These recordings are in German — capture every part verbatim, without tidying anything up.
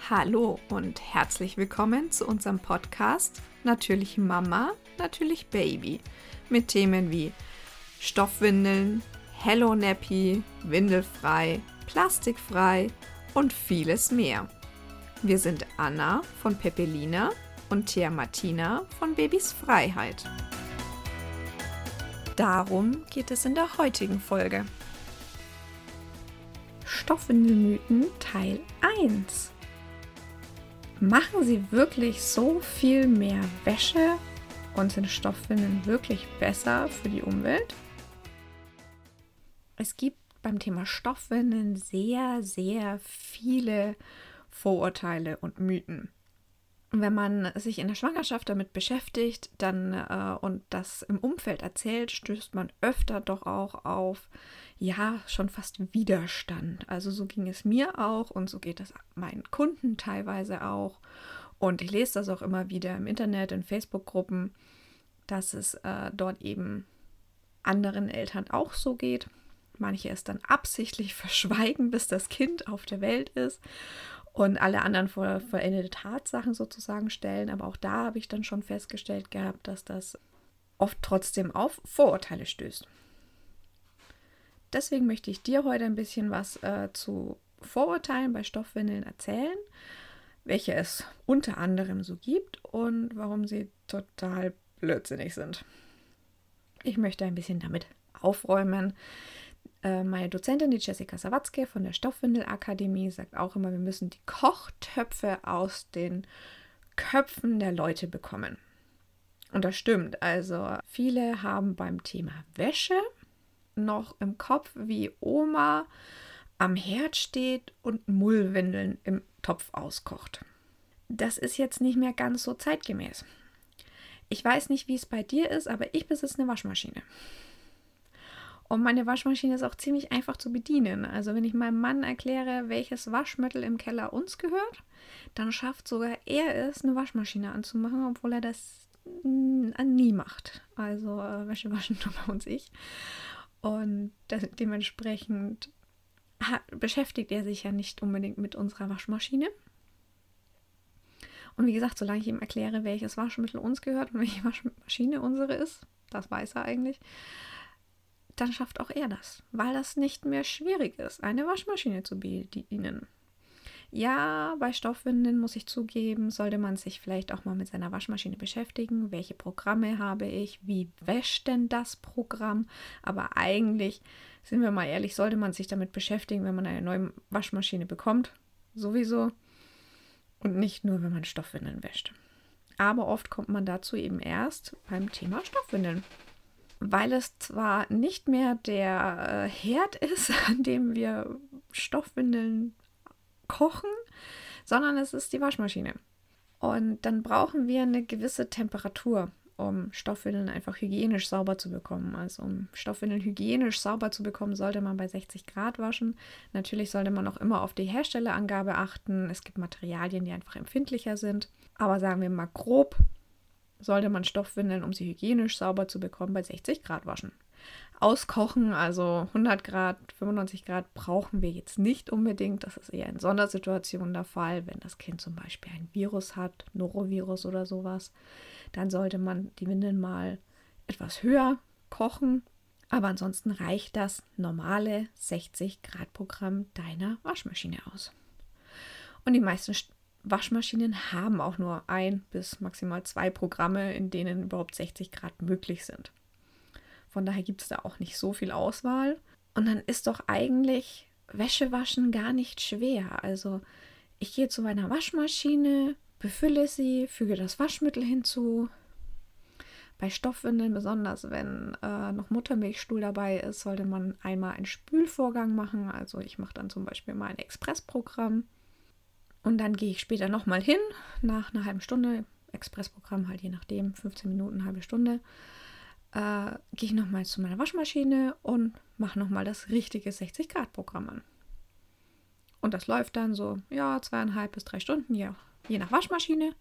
Hallo und herzlich willkommen zu unserem Podcast Natürlich Mama, natürlich Baby mit Themen wie Stoffwindeln, Hello Nappy, windelfrei, plastikfrei und vieles mehr. Wir sind Anna von Peppelina und Thea Martina von Babys Freiheit. Darum geht es in der heutigen Folge. Stoffwindelmythen Teil eins. Machen sie wirklich so viel mehr Wäsche und sind Stoffwindeln wirklich besser für die Umwelt? Es gibt beim Thema Stoffwindeln sehr, sehr viele Vorurteile und Mythen. Wenn man sich in der Schwangerschaft damit beschäftigt dann äh, und das im Umfeld erzählt, stößt man öfter doch auch auf, ja, schon fast Widerstand. Also so ging es mir auch und so geht es meinen Kunden teilweise auch. Und ich lese das auch immer wieder im Internet, in Facebook-Gruppen, dass es äh, dort eben anderen Eltern auch so geht. Manche es dann absichtlich verschweigen, bis das Kind auf der Welt ist. Und alle anderen vor vollendete Tatsachen sozusagen stellen. Aber auch da habe ich dann schon festgestellt gehabt, dass das oft trotzdem auf Vorurteile stößt. Deswegen möchte ich dir heute ein bisschen was äh, zu Vorurteilen bei Stoffwindeln erzählen, welche es unter anderem so gibt und warum sie total blödsinnig sind. Ich möchte ein bisschen damit aufräumen. Meine Dozentin, die Jessica Sawatzke von der Stoffwindelakademie, sagt auch immer, wir müssen die Kochtöpfe aus den Köpfen der Leute bekommen. Und das stimmt. Also viele haben beim Thema Wäsche noch im Kopf, wie Oma am Herd steht und Mullwindeln im Topf auskocht. Das ist jetzt nicht mehr ganz so zeitgemäß. Ich weiß nicht, wie es bei dir ist, aber ich besitze eine Waschmaschine. Und meine Waschmaschine ist auch ziemlich einfach zu bedienen. Also wenn ich meinem Mann erkläre, welches Waschmittel im Keller uns gehört, dann schafft sogar er es, eine Waschmaschine anzumachen, obwohl er das nie macht. Also äh, Wäsche waschen tut bei uns ich. Und das, dementsprechend hat, beschäftigt er sich ja nicht unbedingt mit unserer Waschmaschine. Und wie gesagt, solange ich ihm erkläre, welches Waschmittel uns gehört und welche Waschmaschine unsere ist, das weiß er eigentlich, dann schafft auch er das, weil das nicht mehr schwierig ist, eine Waschmaschine zu bedienen. Ja, bei Stoffwindeln muss ich zugeben, sollte man sich vielleicht auch mal mit seiner Waschmaschine beschäftigen. Welche Programme habe ich? Wie wäscht denn das Programm? Aber eigentlich, sind wir mal ehrlich, sollte man sich damit beschäftigen, wenn man eine neue Waschmaschine bekommt. Sowieso. Und nicht nur, wenn man Stoffwindeln wäscht. Aber oft kommt man dazu eben erst beim Thema Stoffwindeln. Weil es zwar nicht mehr der äh, Herd ist, an dem wir Stoffwindeln kochen, sondern es ist die Waschmaschine. Und dann brauchen wir eine gewisse Temperatur, um Stoffwindeln einfach hygienisch sauber zu bekommen. Also um Stoffwindeln hygienisch sauber zu bekommen, sollte man bei sechzig Grad waschen. Natürlich sollte man auch immer auf die Herstellerangabe achten. Es gibt Materialien, die einfach empfindlicher sind. Aber sagen wir mal grob, sollte man Stoffwindeln, um sie hygienisch sauber zu bekommen, bei sechzig Grad waschen. Auskochen, also hundert Grad, fünfundneunzig Grad, brauchen wir jetzt nicht unbedingt. Das ist eher in Sondersituationen der Fall. Wenn das Kind zum Beispiel ein Virus hat, Norovirus oder sowas, dann sollte man die Windeln mal etwas höher kochen. Aber ansonsten reicht das normale sechzig Grad Programm deiner Waschmaschine aus. Und die meisten Waschmaschinen haben auch nur ein bis maximal zwei Programme, in denen überhaupt sechzig Grad möglich sind. Von daher gibt es da auch nicht so viel Auswahl. Und dann ist doch eigentlich Wäsche waschen gar nicht schwer. Also ich gehe zu meiner Waschmaschine, befülle sie, füge das Waschmittel hinzu. Bei Stoffwindeln, besonders wenn äh, noch Muttermilchstuhl dabei ist, sollte man einmal einen Spülvorgang machen. Also ich mache dann zum Beispiel mal ein Expressprogramm. Und dann gehe ich später nochmal hin, nach einer halben Stunde, Expressprogramm halt je nachdem, fünfzehn Minuten, eine halbe Stunde, äh, gehe ich nochmal zu meiner Waschmaschine und mache nochmal das richtige sechzig Grad Programm an. Und das läuft dann so, ja, zweieinhalb bis drei Stunden, ja, je nach Waschmaschine.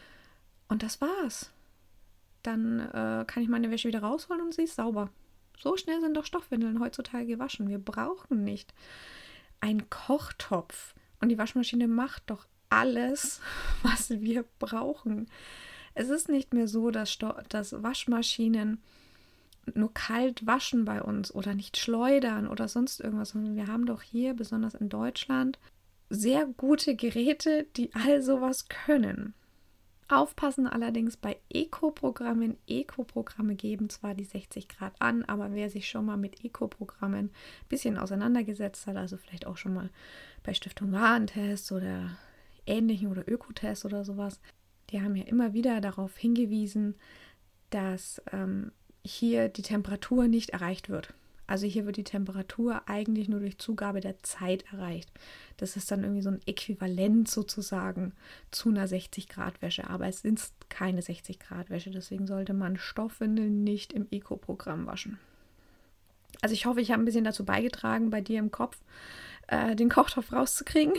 Und das war's. Dann äh, kann ich meine Wäsche wieder rausholen und sie ist sauber. So schnell sind doch Stoffwindeln heutzutage gewaschen. Wir brauchen nicht einen Kochtopf. Und die Waschmaschine macht doch alles, was wir brauchen. Es ist nicht mehr so, dass, Sto- dass Waschmaschinen nur kalt waschen bei uns oder nicht schleudern oder sonst irgendwas, sondern wir haben doch hier, besonders in Deutschland, sehr gute Geräte, die all sowas können. Aufpassen allerdings bei Eco-Programmen. Eco-Programme geben zwar die sechzig Grad an, aber wer sich schon mal mit Eco-Programmen ein bisschen auseinandergesetzt hat, also vielleicht auch schon mal bei Stiftung Warentest oder ähnlichen oder Ökotest oder sowas, die haben ja immer wieder darauf hingewiesen, dass ähm, hier die Temperatur nicht erreicht wird. Also hier wird die Temperatur eigentlich nur durch Zugabe der Zeit erreicht. Das ist dann irgendwie so ein Äquivalent sozusagen zu einer sechzig Grad Wäsche. Aber es sind keine sechzig Grad Wäsche. Deswegen sollte man Stoffwindeln nicht im Eco-Programm waschen. Also ich hoffe, ich habe ein bisschen dazu beigetragen, bei dir im Kopf äh, den Kochtopf rauszukriegen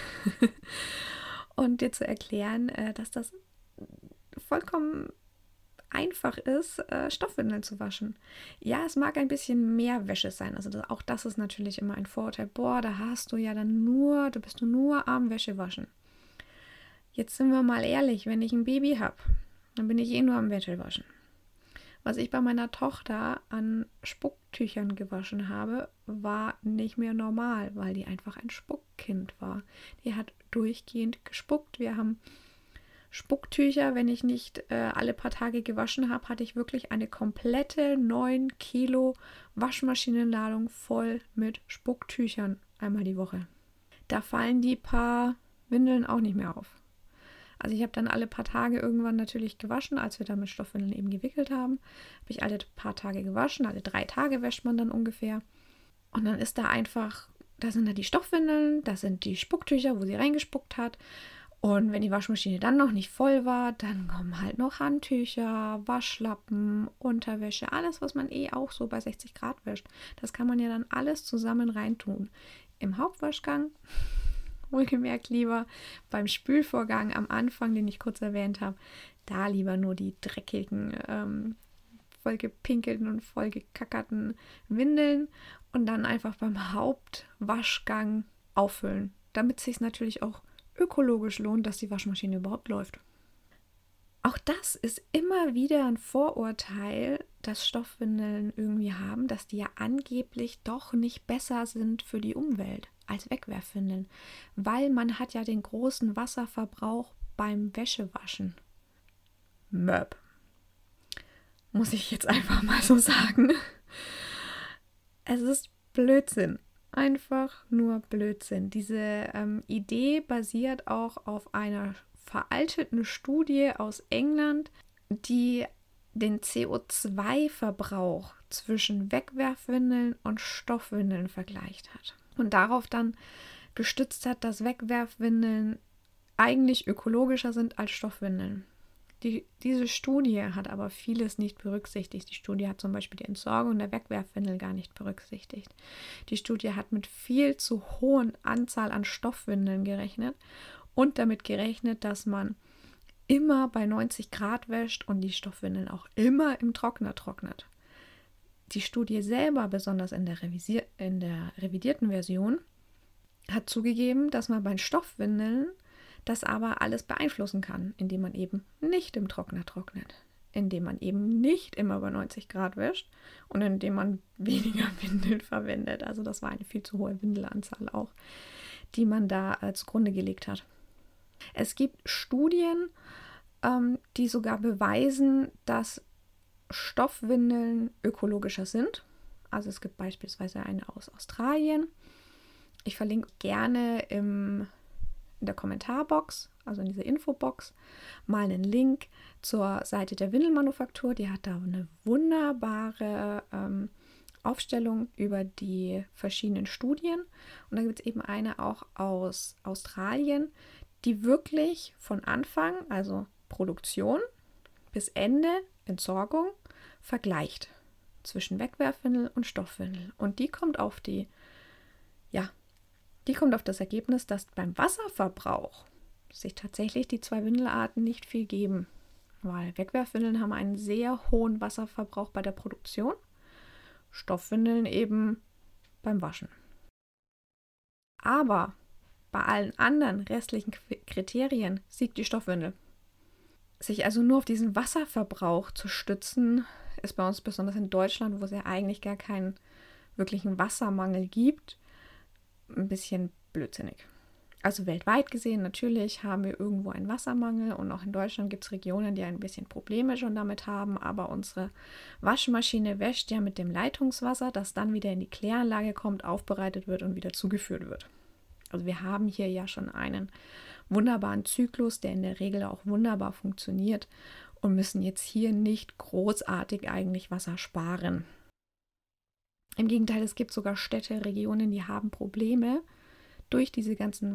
und dir zu erklären, äh, dass das vollkommen einfach ist, äh, Stoffwindeln zu waschen. Ja, es mag ein bisschen mehr Wäsche sein. Also das, auch das ist natürlich immer ein Vorurteil. Boah, da hast du ja dann nur, du bist du nur am Wäsche waschen. Jetzt sind wir mal ehrlich, wenn ich ein Baby habe, dann bin ich eh nur am Wäsche waschen. Was ich bei meiner Tochter an Spucktüchern gewaschen habe, war nicht mehr normal, weil die einfach ein Spuckkind war. Die hat durchgehend gespuckt. Wir haben Spucktücher, wenn ich nicht äh, alle paar Tage gewaschen habe, hatte ich wirklich eine komplette neun Kilo Waschmaschinenladung voll mit Spucktüchern einmal die Woche. Da fallen die paar Windeln auch nicht mehr auf. Also ich habe dann alle paar Tage irgendwann natürlich gewaschen, als wir dann mit Stoffwindeln eben gewickelt haben. Habe ich alle paar Tage gewaschen, alle drei Tage wäscht man dann ungefähr. Und dann ist da einfach, da sind da die Stoffwindeln, da sind die Spucktücher, wo sie reingespuckt hat. Und wenn die Waschmaschine dann noch nicht voll war, dann kommen halt noch Handtücher, Waschlappen, Unterwäsche, alles, was man eh auch so bei sechzig Grad wäscht. Das kann man ja dann alles zusammen reintun. Im Hauptwaschgang, wohlgemerkt lieber beim Spülvorgang am Anfang, den ich kurz erwähnt habe, da lieber nur die dreckigen, ähm, vollgepinkelten und vollgekackerten Windeln und dann einfach beim Hauptwaschgang auffüllen, damit es sich natürlich auch ökologisch lohnt, dass die Waschmaschine überhaupt läuft. Auch das ist immer wieder ein Vorurteil, das Stoffwindeln irgendwie haben, dass die ja angeblich doch nicht besser sind für die Umwelt als Wegwerfwindeln, weil man hat ja den großen Wasserverbrauch beim Wäschewaschen. Möp. Muss ich jetzt einfach mal so sagen. Es ist Blödsinn. Einfach nur Blödsinn. Diese ähm, Idee basiert auch auf einer veralteten Studie aus England, die den C O zwei Verbrauch zwischen Wegwerfwindeln und Stoffwindeln vergleicht hat. Und darauf dann gestützt hat, dass Wegwerfwindeln eigentlich ökologischer sind als Stoffwindeln. Die, diese Studie hat aber vieles nicht berücksichtigt. Die Studie hat zum Beispiel die Entsorgung der Wegwerfwindel gar nicht berücksichtigt. Die Studie hat mit viel zu hohen Anzahl an Stoffwindeln gerechnet und damit gerechnet, dass man immer bei neunzig Grad wäscht und die Stoffwindeln auch immer im Trockner trocknet. Die Studie selber, besonders in der, revisi- in der revidierten Version, hat zugegeben, dass man bei Stoffwindeln das aber alles beeinflussen kann, indem man eben nicht im Trockner trocknet, indem man eben nicht immer bei neunzig Grad wäscht und indem man weniger Windeln verwendet. Also das war eine viel zu hohe Windelanzahl auch, die man da äh, zugrunde gelegt hat. Es gibt Studien, ähm, die sogar beweisen, dass Stoffwindeln ökologischer sind. Also es gibt beispielsweise eine aus Australien. Ich verlinke gerne im in der Kommentarbox, also in dieser Infobox, mal einen Link zur Seite der Windelmanufaktur. Die hat da eine wunderbare ähm, Aufstellung über die verschiedenen Studien. Und da gibt es eben eine auch aus Australien, die wirklich von Anfang, also Produktion, bis Ende, Entsorgung, vergleicht zwischen Wegwerfwindel und Stoffwindel. Und die kommt auf die, ja, Die kommt auf das Ergebnis, dass beim Wasserverbrauch sich tatsächlich die zwei Windelarten nicht viel geben, weil Wegwerfwindeln haben einen sehr hohen Wasserverbrauch bei der Produktion, Stoffwindeln eben beim Waschen. Aber Bei allen anderen restlichen Kriterien siegt die Stoffwindel. Sich also nur auf diesen Wasserverbrauch zu stützen, ist bei uns, besonders in Deutschland, wo es ja eigentlich gar keinen wirklichen Wassermangel gibt, ein bisschen blödsinnig. Also weltweit gesehen natürlich haben wir irgendwo einen Wassermangel und auch in Deutschland gibt es Regionen, die ein bisschen Probleme schon damit haben, aber unsere Waschmaschine wäscht ja mit dem Leitungswasser, das dann wieder in die Kläranlage kommt, aufbereitet wird und wieder zugeführt wird. Also wir haben hier ja schon einen wunderbaren Zyklus, der in der Regel auch wunderbar funktioniert und müssen jetzt hier nicht großartig eigentlich Wasser sparen. Im Gegenteil, es gibt sogar Städte, Regionen, die haben Probleme durch diese ganzen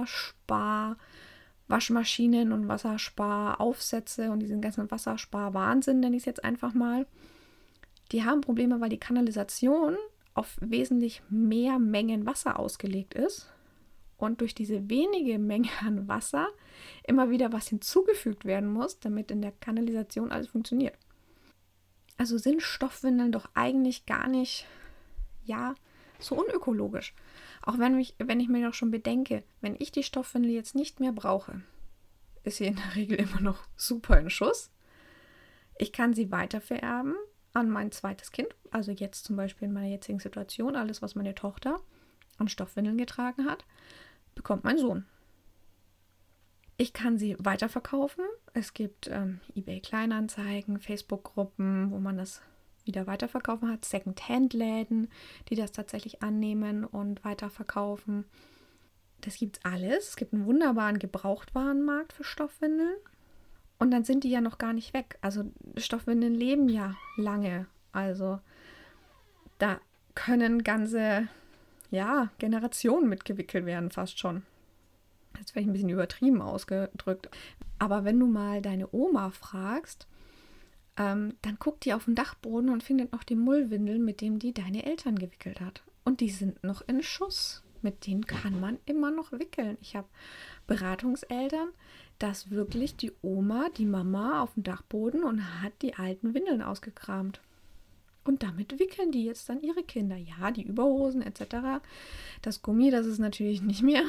Wasserspar-Waschmaschinen und Wassersparaufsätze und diesen ganzen Wasserspar-Wahnsinn, nenne ich es jetzt einfach mal. Die haben Probleme, weil die Kanalisation auf wesentlich mehr Mengen Wasser ausgelegt ist und durch diese wenige Menge an Wasser immer wieder was hinzugefügt werden muss, damit in der Kanalisation alles funktioniert. Also sind Stoffwindeln doch eigentlich gar nicht, ja, so unökologisch. Auch wenn, mich, wenn ich mir doch schon bedenke, wenn ich die Stoffwindel jetzt nicht mehr brauche, ist sie in der Regel immer noch super in Schuss. Ich kann sie weitervererben an mein zweites Kind. Also jetzt zum Beispiel in meiner jetzigen Situation, alles, was meine Tochter an Stoffwindeln getragen hat, bekommt mein Sohn. Ich kann sie weiterverkaufen. Es gibt ähm, eBay-Kleinanzeigen, Facebook-Gruppen, wo man das wieder weiterverkaufen hat. Second-Hand-Läden, die das tatsächlich annehmen und weiterverkaufen. Das gibt's alles. Es gibt einen wunderbaren Gebrauchtwarenmarkt für Stoffwindeln. Und dann sind die ja noch gar nicht weg. Also Stoffwindeln leben ja lange. Also da können ganze ja, Generationen mitgewickelt werden, fast schon. Das ist vielleicht ein bisschen übertrieben ausgedrückt. Aber wenn du mal deine Oma fragst, ähm, dann guckt die auf den Dachboden und findet noch die Mullwindeln, mit denen die deine Eltern gewickelt hat. Und die sind noch in Schuss. Mit denen kann man immer noch wickeln. Ich habe Beratungseltern, dass wirklich die Oma, die Mama auf dem Dachboden und hat die alten Windeln ausgekramt. Und damit wickeln die jetzt dann ihre Kinder. Ja, die Überhosen et cetera. Das Gummi, das ist natürlich nicht mehr,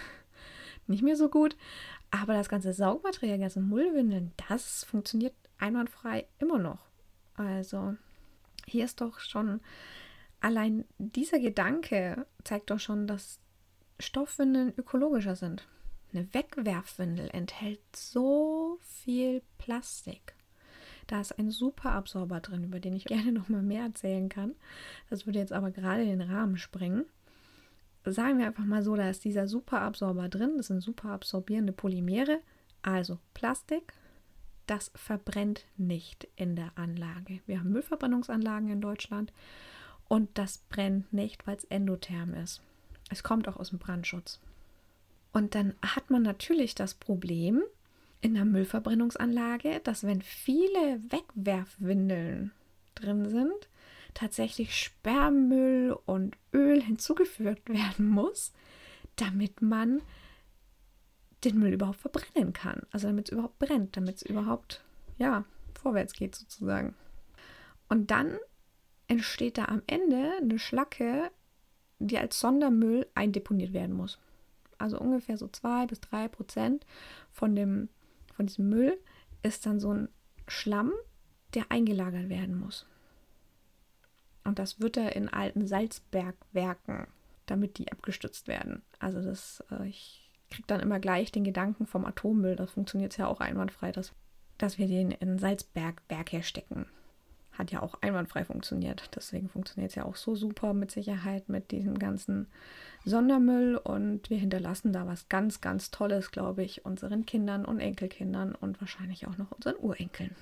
nicht mehr so gut. Aber das ganze Saugmaterial, ganze Mullwindeln, das funktioniert einwandfrei immer noch. Also hier ist doch schon, allein dieser Gedanke zeigt doch schon, dass Stoffwindeln ökologischer sind. Eine Wegwerfwindel enthält so viel Plastik. Da ist ein Superabsorber drin, über den ich gerne noch mal mehr erzählen kann. Das würde jetzt aber gerade den Rahmen sprengen. Sagen wir einfach mal so, da ist dieser Superabsorber drin. Das sind superabsorbierende Polymere, also Plastik. Das verbrennt nicht in der Anlage. Wir haben Müllverbrennungsanlagen in Deutschland und das brennt nicht, weil es endotherm ist. Es kommt auch aus dem Brandschutz. Und dann hat man natürlich das Problem in der Müllverbrennungsanlage, dass wenn viele Wegwerfwindeln drin sind, tatsächlich Sperrmüll und Öl hinzugefügt werden muss, damit man den Müll überhaupt verbrennen kann. Also damit es überhaupt brennt, damit es überhaupt, ja, vorwärts geht sozusagen. Und dann entsteht da am Ende eine Schlacke, die als Sondermüll eindeponiert werden muss. Also ungefähr so zwei bis drei Prozent von dem, von diesem Müll ist dann so ein Schlamm, der eingelagert werden muss. Und das wird er in alten Salzbergwerken, damit die abgestützt werden. Also das, äh, ich kriege dann immer gleich den Gedanken vom Atommüll. Das funktioniert ja auch einwandfrei, dass, dass wir den in ein Salzbergwerk herstecken. Hat ja auch einwandfrei funktioniert. Deswegen funktioniert es ja auch so super mit Sicherheit mit diesem ganzen Sondermüll. Und wir hinterlassen da was ganz, ganz Tolles, glaube ich, unseren Kindern und Enkelkindern und wahrscheinlich auch noch unseren Urenkeln.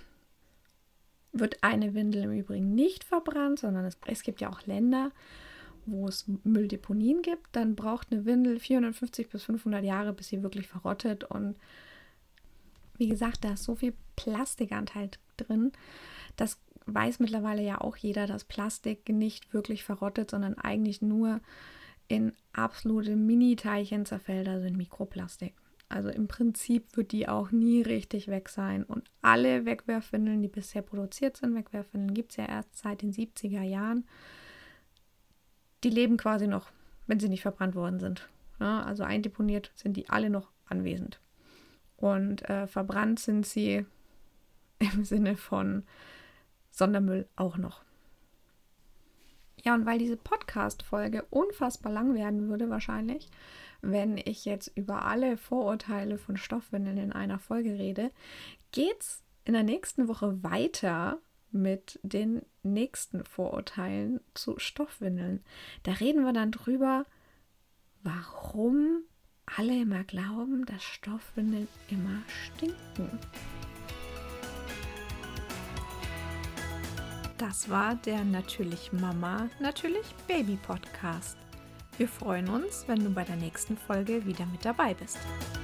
Wird eine Windel im Übrigen nicht verbrannt, sondern es, es gibt ja auch Länder, wo es Mülldeponien gibt, dann braucht eine Windel vierhundertfünfzig bis fünfhundert Jahre, bis sie wirklich verrottet. Und wie gesagt, da ist so viel Plastikanteil drin. Das weiß mittlerweile ja auch jeder, dass Plastik nicht wirklich verrottet, sondern eigentlich nur in absolute Mini-Teilchen zerfällt, also in Mikroplastik. Also im Prinzip wird die auch nie richtig weg sein. Und alle Wegwerfwindeln, die bisher produziert sind, Wegwerfwindeln gibt es ja erst seit den siebziger Jahren, die leben quasi noch, wenn sie nicht verbrannt worden sind. Ne? Also eindeponiert sind die alle noch anwesend. Und äh, verbrannt sind sie im Sinne von Sondermüll auch noch. Ja, und weil diese Podcast-Folge unfassbar lang werden würde wahrscheinlich, wenn ich jetzt über alle Vorurteile von Stoffwindeln in einer Folge rede, geht's in der nächsten Woche weiter mit den nächsten Vorurteilen zu Stoffwindeln. Da reden wir dann drüber, warum alle immer glauben, dass Stoffwindeln immer stinken. Das war der Natürlich Mama, Natürlich Baby Podcast. Wir freuen uns, wenn du bei der nächsten Folge wieder mit dabei bist.